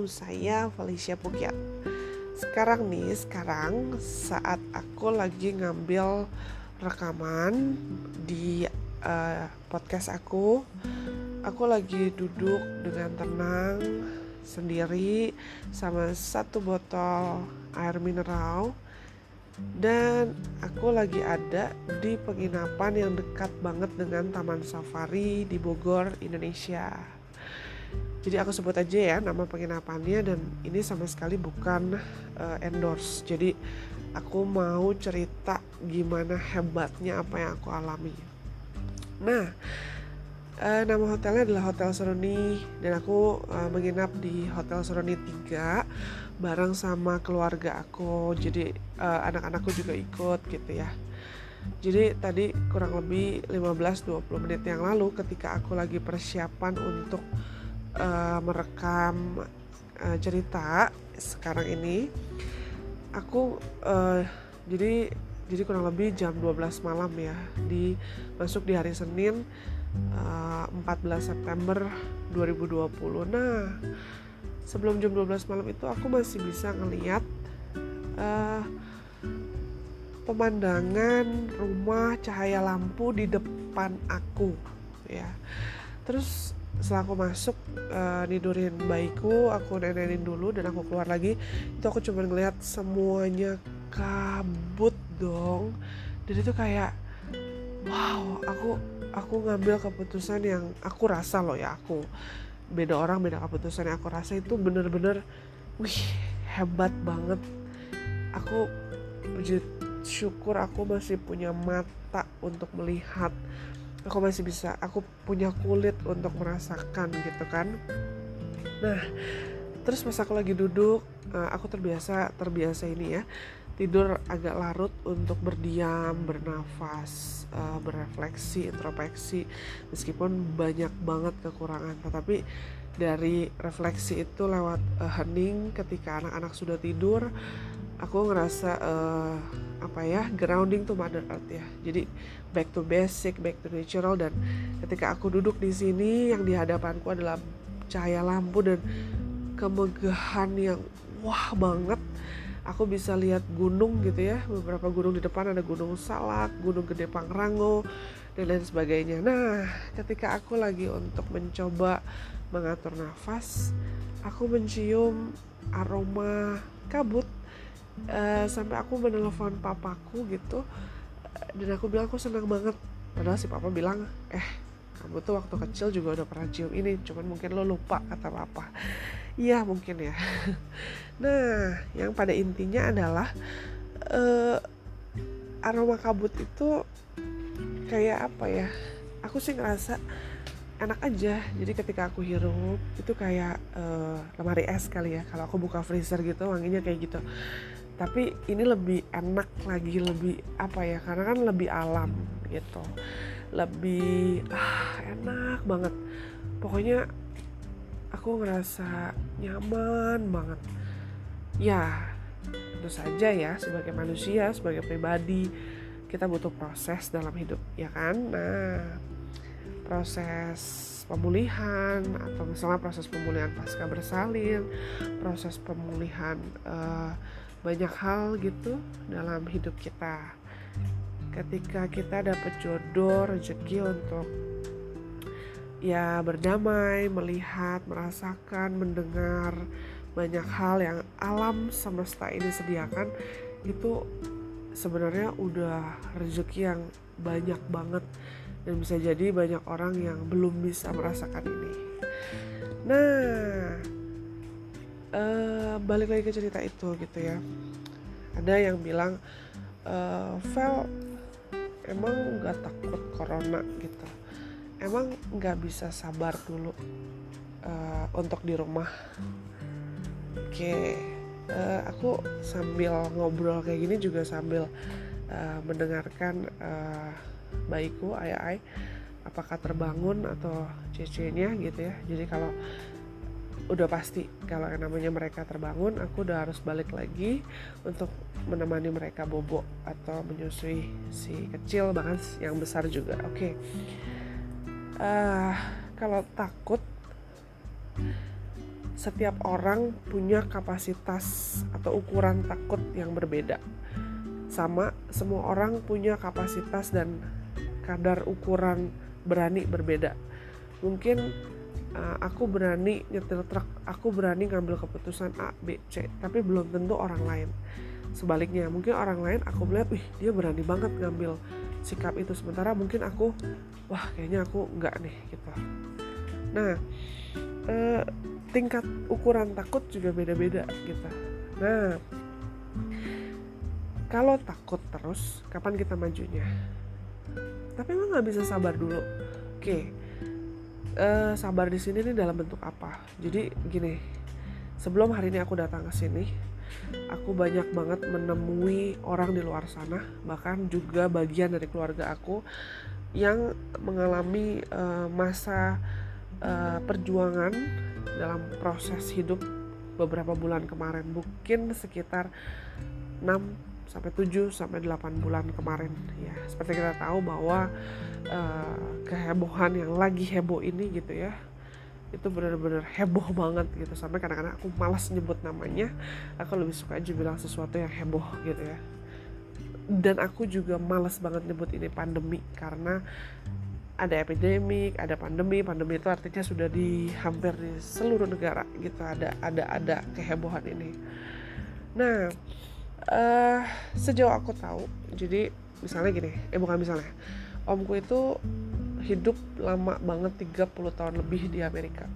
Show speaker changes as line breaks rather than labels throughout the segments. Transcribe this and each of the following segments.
saya Felicia Pukiat. Sekarang saat aku lagi ngambil rekaman di podcast aku lagi duduk dengan tenang sendiri sama satu botol air mineral, dan aku lagi ada di penginapan yang dekat banget dengan Taman Safari di Bogor, Indonesia. Jadi aku sebut aja ya nama penginapannya, dan ini sama sekali bukan endorse. Jadi aku mau cerita gimana hebatnya apa yang aku alami. Nah, nama hotelnya adalah Hotel Seruni, dan aku menginap di Hotel Seruni 3 bareng sama keluarga aku. Jadi anak-anakku juga ikut gitu ya. Jadi tadi kurang lebih 15-20 menit yang lalu ketika aku lagi persiapan untuk merekam cerita sekarang ini, aku jadi kurang lebih jam 12 malam ya, masuk di hari Senin 14 September 2020. Nah, sebelum jam 12 malam itu aku masih bisa ngelihat pemandangan rumah, cahaya lampu di depan aku ya. Terus setelah aku masuk nidurin bayiku, aku nenenin dulu dan aku keluar lagi, itu aku cuma ngeliat semuanya kabut dong. Dan itu kayak wow, aku ngambil keputusan yang aku rasa loh ya, aku beda orang beda keputusan, yang aku rasa itu bener-bener hebat banget. Aku syukur aku masih punya mata untuk melihat, aku punya kulit untuk merasakan gitu kan. Nah, terus pas aku lagi duduk, aku terbiasa ini ya, tidur agak larut untuk berdiam, bernafas, berefleksi, introspeksi. Meskipun banyak banget kekurangan, tetapi dari refleksi itu lewat hening ketika anak-anak sudah tidur, aku ngerasa grounding to Mother Earth ya. Jadi back to basic, back to natural. Dan ketika aku duduk di sini, yang di hadapanku adalah cahaya lampu dan kemegahan yang wah banget. Aku bisa lihat gunung gitu ya, beberapa gunung di depan, ada Gunung Salak, Gunung Gede Pangrango, dan lain sebagainya. Nah, ketika aku lagi untuk mencoba mengatur nafas, aku mencium aroma kabut, sampai aku menelepon papaku gitu, dan aku bilang aku senang banget. Padahal si papa bilang, kamu tuh waktu kecil juga udah pernah cium ini, cuman mungkin lo lupa, kata papa. Iya mungkin ya. Nah, yang pada intinya adalah aroma kabut itu kayak apa ya, aku sih ngerasa enak aja. Jadi ketika aku hirup itu kayak lemari es kali ya, kalau aku buka freezer gitu wanginya kayak gitu. Tapi ini lebih enak lagi, lebih apa ya, karena kan lebih alam gitu, lebih enak banget. Pokoknya aku ngerasa nyaman banget. Ya, tentu saja ya, sebagai manusia, sebagai pribadi, kita butuh proses dalam hidup, ya kan? Nah, proses pemulihan, atau misalnya proses pemulihan pasca bersalin, proses pemulihan banyak hal gitu dalam hidup kita. Ketika kita dapat jodoh, rezeki untuk ya berdamai, melihat, merasakan, mendengar banyak hal yang alam semesta ini sediakan, itu sebenarnya udah rezeki yang banyak banget, dan bisa jadi banyak orang yang belum bisa merasakan ini. Nah, balik lagi ke cerita itu gitu ya. Ada yang bilang, Vel, emang gak takut corona gitu? Emang gak bisa sabar dulu untuk di rumah? Oke, aku sambil ngobrol kayak gini juga sambil mendengarkan bayiku, Ai, apakah terbangun atau cece-nya gitu ya. Jadi kalau udah pasti kalau yang namanya mereka terbangun, aku udah harus balik lagi untuk menemani mereka bobo atau menyusui si kecil, bahkan yang besar juga. Oke. Kalau takut, setiap orang punya kapasitas atau ukuran takut yang berbeda. Sama, semua orang punya kapasitas dan kadar ukuran berani berbeda. Mungkin aku berani nyetir truk, aku berani ngambil keputusan A, B, C, tapi belum tentu orang lain. Sebaliknya, mungkin orang lain aku melihat, wih dia berani banget ngambil sikap itu, sementara mungkin aku, wah kayaknya aku enggak nih gitu. Nah, tingkat ukuran takut juga beda-beda gitu. Nah, kalau takut terus, kapan kita majunya? Tapi emang nggak bisa sabar dulu. Oke, sabar di sini nih dalam bentuk apa? Jadi gini, sebelum hari ini aku datang ke sini, aku banyak banget menemui orang di luar sana, bahkan juga bagian dari keluarga aku yang mengalami masa perjuangan dalam proses hidup beberapa bulan kemarin, mungkin sekitar 6-7-8 bulan kemarin ya. Seperti kita tahu bahwa kehebohan yang lagi heboh ini gitu ya, itu benar-benar heboh banget gitu, sampai kadang-kadang aku malas nyebut namanya, aku lebih suka aja bilang sesuatu yang heboh gitu ya. Dan aku juga malas banget nyebut ini pandemi, karena ada epidemik, ada pandemi itu artinya sudah di hampir di seluruh negara gitu ada kehebohan ini. Nah, sejauh aku tahu, jadi misalnya gini, bukan misalnya, omku itu hidup lama banget, 30 tahun lebih di Amerika.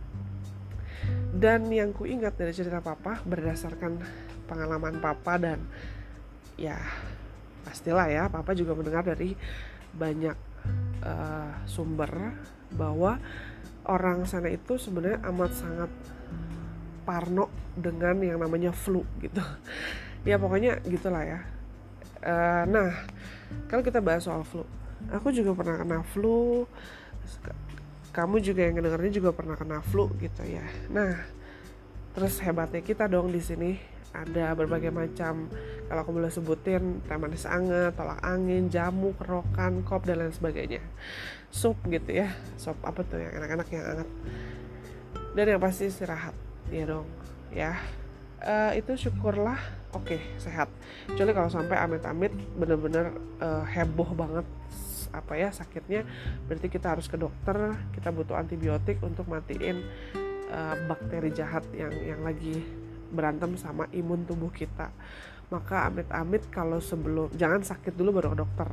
Dan yang ku ingat dari cerita papa berdasarkan pengalaman papa, dan ya pastilah ya papa juga mendengar dari banyak sumber bahwa orang sana itu sebenarnya amat sangat parno dengan yang namanya flu gitu. Ya pokoknya gitulah ya. Nah, kalau kita bahas soal flu, aku juga pernah kena flu, kamu juga yang ngedengarnya juga pernah kena flu gitu ya. Nah, terus hebatnya kita dong di sini ada berbagai macam, kalau aku boleh sebutin, teh manis anget, tolak angin, jamu, kerokan, kop, dan lain sebagainya. Sup gitu ya, sup apa tuh yang enak-enak yang hangat. Dan yang pasti istirahat, ya dong ya. Itu syukurlah oke, sehat. Kecuali kalau sampai amit-amit bener-bener heboh banget apa ya sakitnya, berarti kita harus ke dokter, kita butuh antibiotik untuk matiin bakteri jahat yang lagi berantem sama imun tubuh kita. Maka amit-amit kalau jangan sakit dulu baru ke dokter.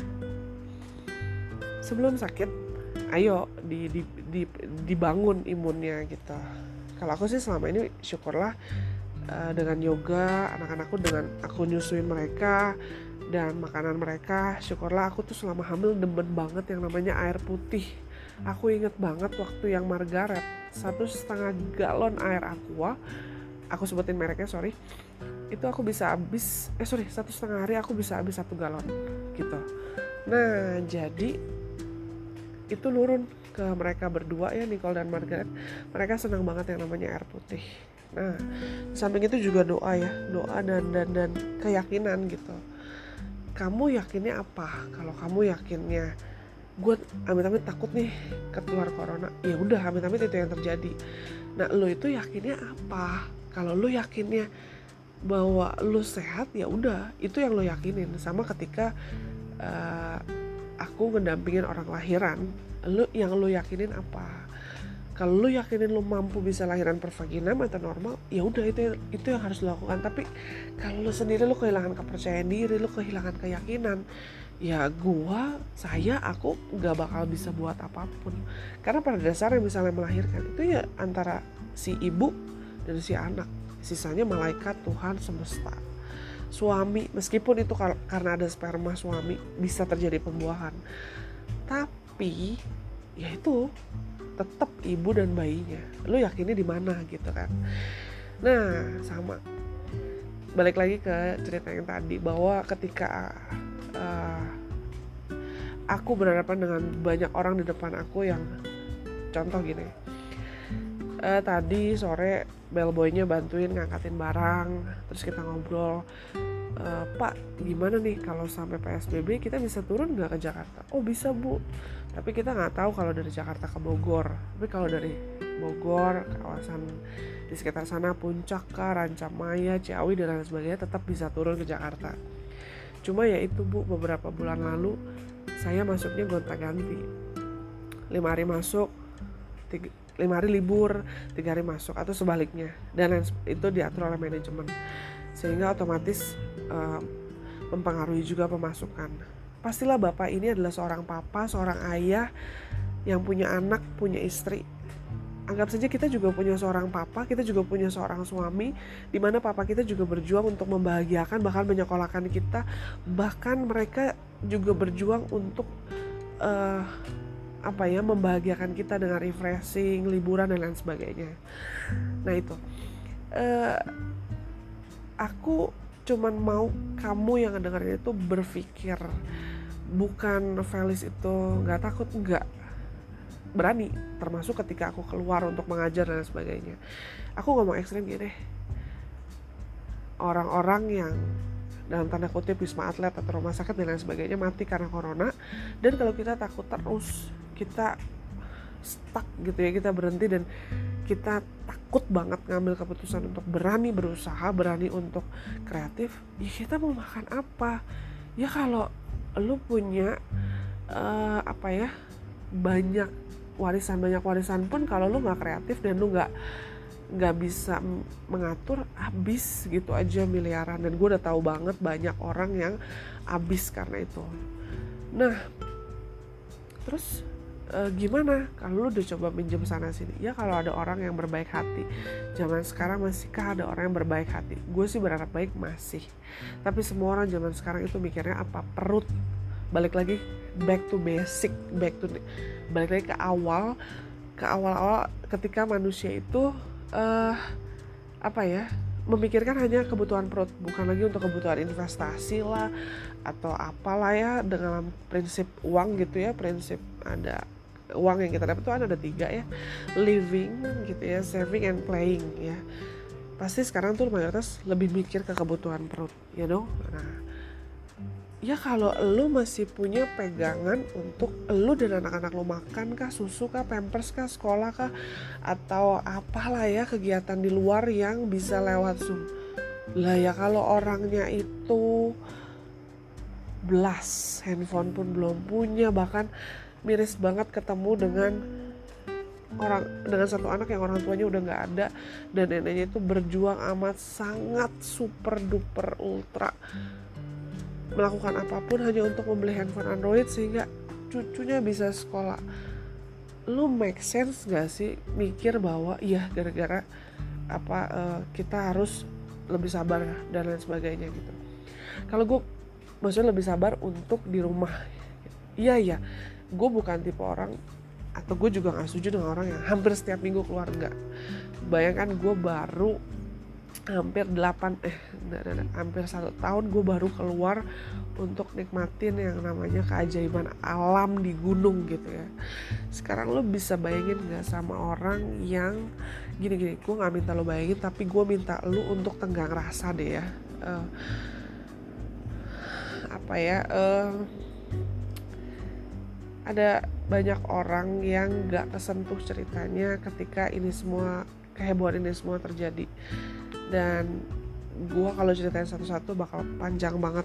Sebelum sakit, ayo dibangun imunnya gitu. Kalau aku sih selama ini syukurlah dengan yoga, anak-anakku dengan aku nyusuin mereka dan makanan mereka, syukurlah aku tuh selama hamil demen banget yang namanya air putih. Aku inget banget waktu yang Margaret 1,5 galon air aqua, aku sebutin mereknya sorry, itu aku bisa habis 1,5 hari aku bisa habis 1 galon gitu. Nah jadi itu nurun ke mereka berdua ya, Nicole dan Margaret, mereka senang banget yang namanya air putih. Nah samping itu juga doa ya, doa dan keyakinan gitu. Kamu yakinnya apa? Kalau kamu yakinnya gue amit-amit takut nih ketular corona, ya udah amit-amit itu yang terjadi. Nah lo itu yakinnya apa? Kalau lo yakinnya bahwa lo sehat, ya udah itu yang lo yakinin. Sama ketika aku ngedampingin orang lahiran, yang lo yakinin apa? Kalau lo yakinin lo mampu bisa lahiran per vaginam atau normal, ya udah itu yang harus lo lakukan. Tapi kalau lo sendiri lo kehilangan kepercayaan diri, lo kehilangan keyakinan, ya aku nggak bakal bisa buat apapun. Karena pada dasarnya misalnya melahirkan itu ya antara si ibu dan si anak, sisanya malaikat, Tuhan, semesta. Suami, meskipun itu karena ada sperma suami bisa terjadi pembuahan, tapi ya itu tetap ibu dan bayinya. Lo yakinnya di mana gitu kan? Nah sama, balik lagi ke cerita yang tadi, bahwa ketika aku berhadapan dengan banyak orang di depan aku yang contoh gini, tadi sore bellboynya bantuin ngangkatin barang, terus kita ngobrol, Pak gimana nih kalau sampai PSBB kita bisa turun nggak ke Jakarta? Oh bisa Bu, tapi kita nggak tahu kalau dari Jakarta ke Bogor, tapi kalau dari Bogor, kawasan di sekitar sana, Puncak, Rancamaya, Ciawi dan lain sebagainya, tetap bisa turun ke Jakarta. Cuma ya itu Bu, beberapa bulan lalu saya masuknya gonta-ganti, 5 hari masuk, 5 hari libur, 3 hari masuk, atau sebaliknya, dan itu diatur oleh manajemen, sehingga otomatis mempengaruhi juga pemasukan. Pastilah Bapak ini adalah seorang papa, seorang ayah yang punya anak, punya istri. Anggap saja kita juga punya seorang papa, kita juga punya seorang suami, di mana papa kita juga berjuang untuk membahagiakan, bahkan menyekolahkan kita, bahkan mereka juga berjuang untuk membahagiakan kita dengan refreshing, liburan dan lain sebagainya. Nah itu, aku cuman mau kamu yang dengerin itu berpikir, bukan Felis itu nggak takut, nggak, berani, termasuk ketika aku keluar untuk mengajar dan sebagainya. Aku ngomong ekstrim gini, orang-orang yang dalam tanda kutip wisma atlet atau rumah sakit dan lain sebagainya mati karena corona, dan kalau kita takut terus, kita stuck gitu ya, kita berhenti dan kita takut banget ngambil keputusan untuk berani berusaha, berani untuk kreatif, ya kita mau makan apa? Ya kalau lu punya banyak warisan pun, kalau lu nggak kreatif dan lu nggak bisa mengatur, habis gitu aja miliaran. Dan gue udah tahu banget banyak orang yang habis karena itu. Nah terus gimana kalau lu udah coba minjem sana sini? Ya kalau ada orang yang berbaik hati. Zaman sekarang masihkah ada orang yang berbaik hati? Gue sih berharap baik masih. Tapi semua orang zaman sekarang itu mikirnya apa? Perut. Balik lagi back to basic, balik lagi ke awal ketika manusia itu memikirkan hanya kebutuhan perut, bukan lagi untuk kebutuhan investasi lah atau apalah ya, dengan prinsip uang gitu ya. Prinsip ada uang yang kita dapat tuh ada 3 ya, living gitu ya, saving and playing ya. Pasti sekarang tuh mayoritas lebih mikir ke kebutuhan perut ya dong. Nah ya kalau lu masih punya pegangan untuk lu dan anak-anak lu makan kah, susu kah, pampers kah, sekolah kah, atau apalah ya kegiatan di luar yang bisa lewat Zoom lah ya. Kalau orangnya itu belas, handphone pun belum punya, bahkan miris banget ketemu dengan satu anak yang orang tuanya udah nggak ada, dan neneknya itu berjuang amat sangat super duper ultra melakukan apapun hanya untuk membeli handphone Android sehingga cucunya bisa sekolah. Lu make sense gak sih mikir bahwa iya gara-gara kita harus lebih sabar dan lain sebagainya gitu. Kalau gue maksudnya lebih sabar untuk di rumah. Iya, gue bukan tipe orang, atau gue juga gak setuju dengan orang yang hampir setiap minggu keluar, enggak. Bayangkan gue baru hampir 1 tahun gue baru keluar untuk nikmatin yang namanya keajaiban alam di gunung gitu ya. Sekarang lo bisa bayangin gak sama orang yang gini, gue gak minta lo bayangin, tapi gue minta lo untuk tenggang rasa deh ya. Ada banyak orang yang gak kesentuh ceritanya ketika ini semua, kehebohan ini semua terjadi. Dan gue kalau ceritain satu-satu bakal panjang banget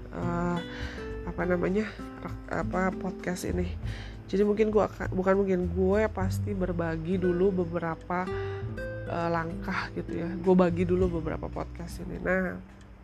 podcast ini. Jadi gue pasti berbagi dulu beberapa langkah gitu ya. Gue bagi dulu beberapa podcast ini. Nah,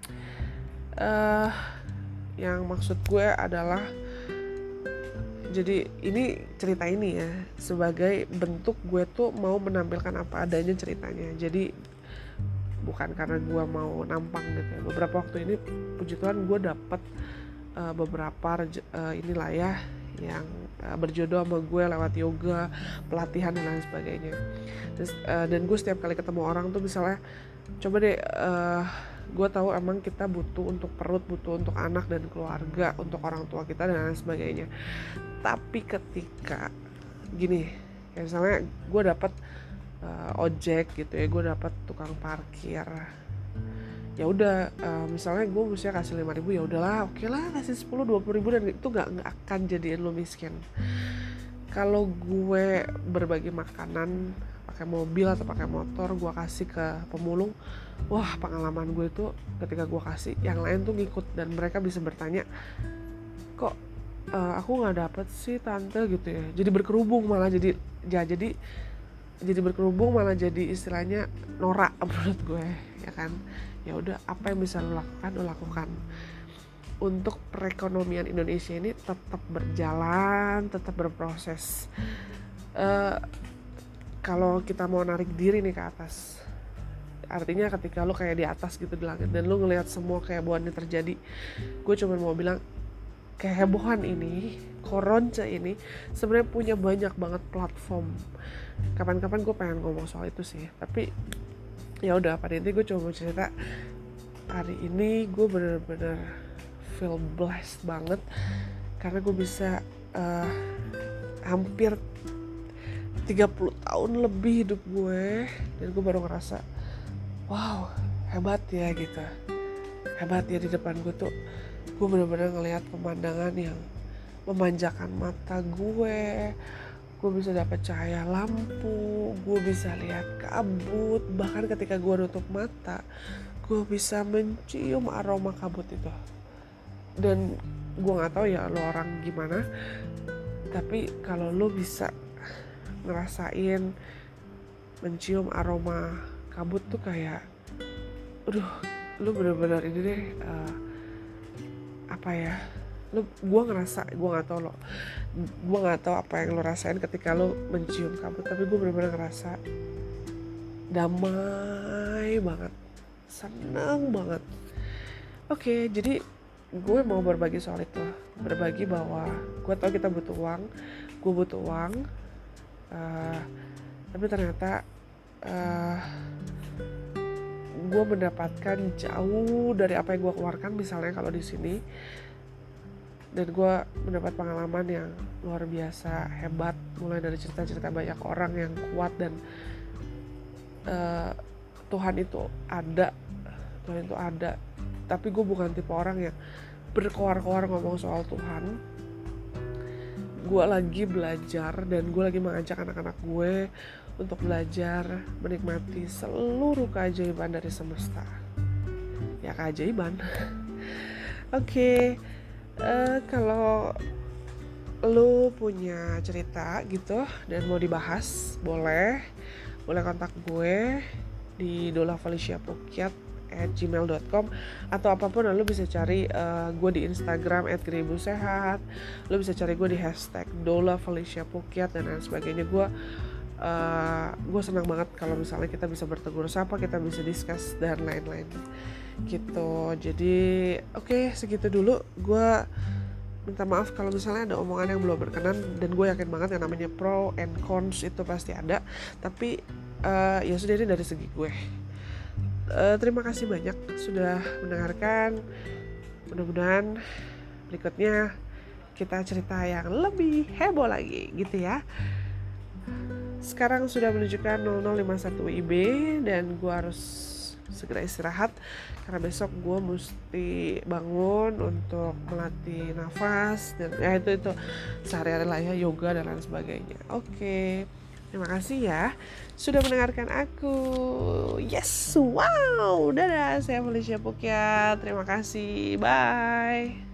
yang maksud gue adalah, jadi ini cerita ini ya sebagai bentuk gue tuh mau menampilkan apa adanya ceritanya. Jadi bukan karena gue mau nampang gitu ya. Beberapa waktu ini puji Tuhan gue dapet beberapa inilah ya yang berjodoh sama gue lewat yoga, pelatihan dan lain sebagainya. Terus, dan gue setiap kali ketemu orang tuh misalnya, coba deh, gue tahu emang kita butuh untuk perut, butuh untuk anak dan keluarga, untuk orang tua kita dan lain sebagainya. Tapi ketika gini, kayak misalnya gue dapet ojek gitu ya, gue dapat tukang parkir, ya udah misalnya gue mesti kasih 5.000, ya udahlah, oke lah, kasih 10-20 ribu, dan itu nggak akan jadiin lo miskin. Kalau gue berbagi makanan pakai mobil atau pakai motor gue kasih ke pemulung. Wah, pengalaman gue itu ketika gue kasih, yang lain tuh ngikut dan mereka bisa bertanya, kok aku nggak dapet sih tante gitu ya. Jadi berkerubung malah jadi berkerubung malah jadi istilahnya norak menurut gue, ya kan. Ya udah, apa yang bisa lo lakukan untuk perekonomian Indonesia ini tetap berjalan, tetap berproses. Kalau kita mau narik diri nih ke atas, artinya ketika lo kayak di atas gitu di langit dan lo ngelihat semua kehebohan ini terjadi, gue cuma mau bilang kehebohan ini, koronce ini sebenarnya punya banyak banget platform. Kapan-kapan gue pengen ngomong soal itu sih, tapi ya udah, pada intinya gue cuma mau cerita hari ini gue bener-bener feel blessed banget karena gue bisa hampir 30 tahun lebih hidup gue, dan gue baru ngerasa wow, hebat ya gitu. Hebat ya, di depan gue tuh gue bener-bener ngelihat pemandangan yang memanjakan mata gue. Gue bisa dapat cahaya lampu, gue bisa lihat kabut, bahkan ketika gue nutup mata gue bisa mencium aroma kabut itu. Dan gue nggak tahu ya lo orang gimana, tapi kalau lo bisa ngerasain mencium aroma kabut tuh kayak, aduh, lo bener-bener ini deh, apa ya? Gue nggak tahu apa yang lo rasain ketika lo mencium kabut, tapi gue bener-bener ngerasa damai banget, seneng banget. Oke, jadi gue mau berbagi soal itu, berbagi bahwa gue tahu kita butuh uang, gue butuh uang, tapi ternyata gue mendapatkan jauh dari apa yang gue keluarkan. Misalnya kalau di sini, dan gue mendapat pengalaman yang luar biasa hebat, mulai dari cerita-cerita banyak orang yang kuat, dan Tuhan itu ada. Tapi gue bukan tipe orang yang berkoar-koar ngomong soal Tuhan. Gue lagi belajar dan gue lagi mengajak anak-anak gue untuk belajar menikmati seluruh keajaiban dari semesta. Ya, keajaiban. Oke. Kalau lu punya cerita gitu dan mau dibahas, boleh kontak gue di dolavalisya.pukyat@gmail.com, atau apapun lu bisa cari gue di Instagram @gribusehat. Lu bisa cari gue di #dolavalisya.pukyat dan lain sebagainya. Gue senang banget kalau misalnya kita bisa bertegur sapa, kita bisa discuss dan lain-lain gitu. Jadi oke, segitu dulu. Gue minta maaf kalau misalnya ada omongan yang belum berkenan, dan gue yakin banget yang namanya pro and cons itu pasti ada. Tapi ya sudah, ini dari segi gue. Terima kasih banyak sudah mendengarkan. Mudah-mudahan berikutnya kita cerita yang lebih heboh lagi gitu ya. Sekarang sudah menunjukkan 00.51 WIB dan gue harus segera istirahat karena besok gue mesti bangun untuk melatih nafas dan ya itu sehari-hari lah ya, yoga dan lain sebagainya. Oke, terima kasih ya sudah mendengarkan aku. Yes, wow, dadah, saya Felicia Pukyat. Terima kasih, bye.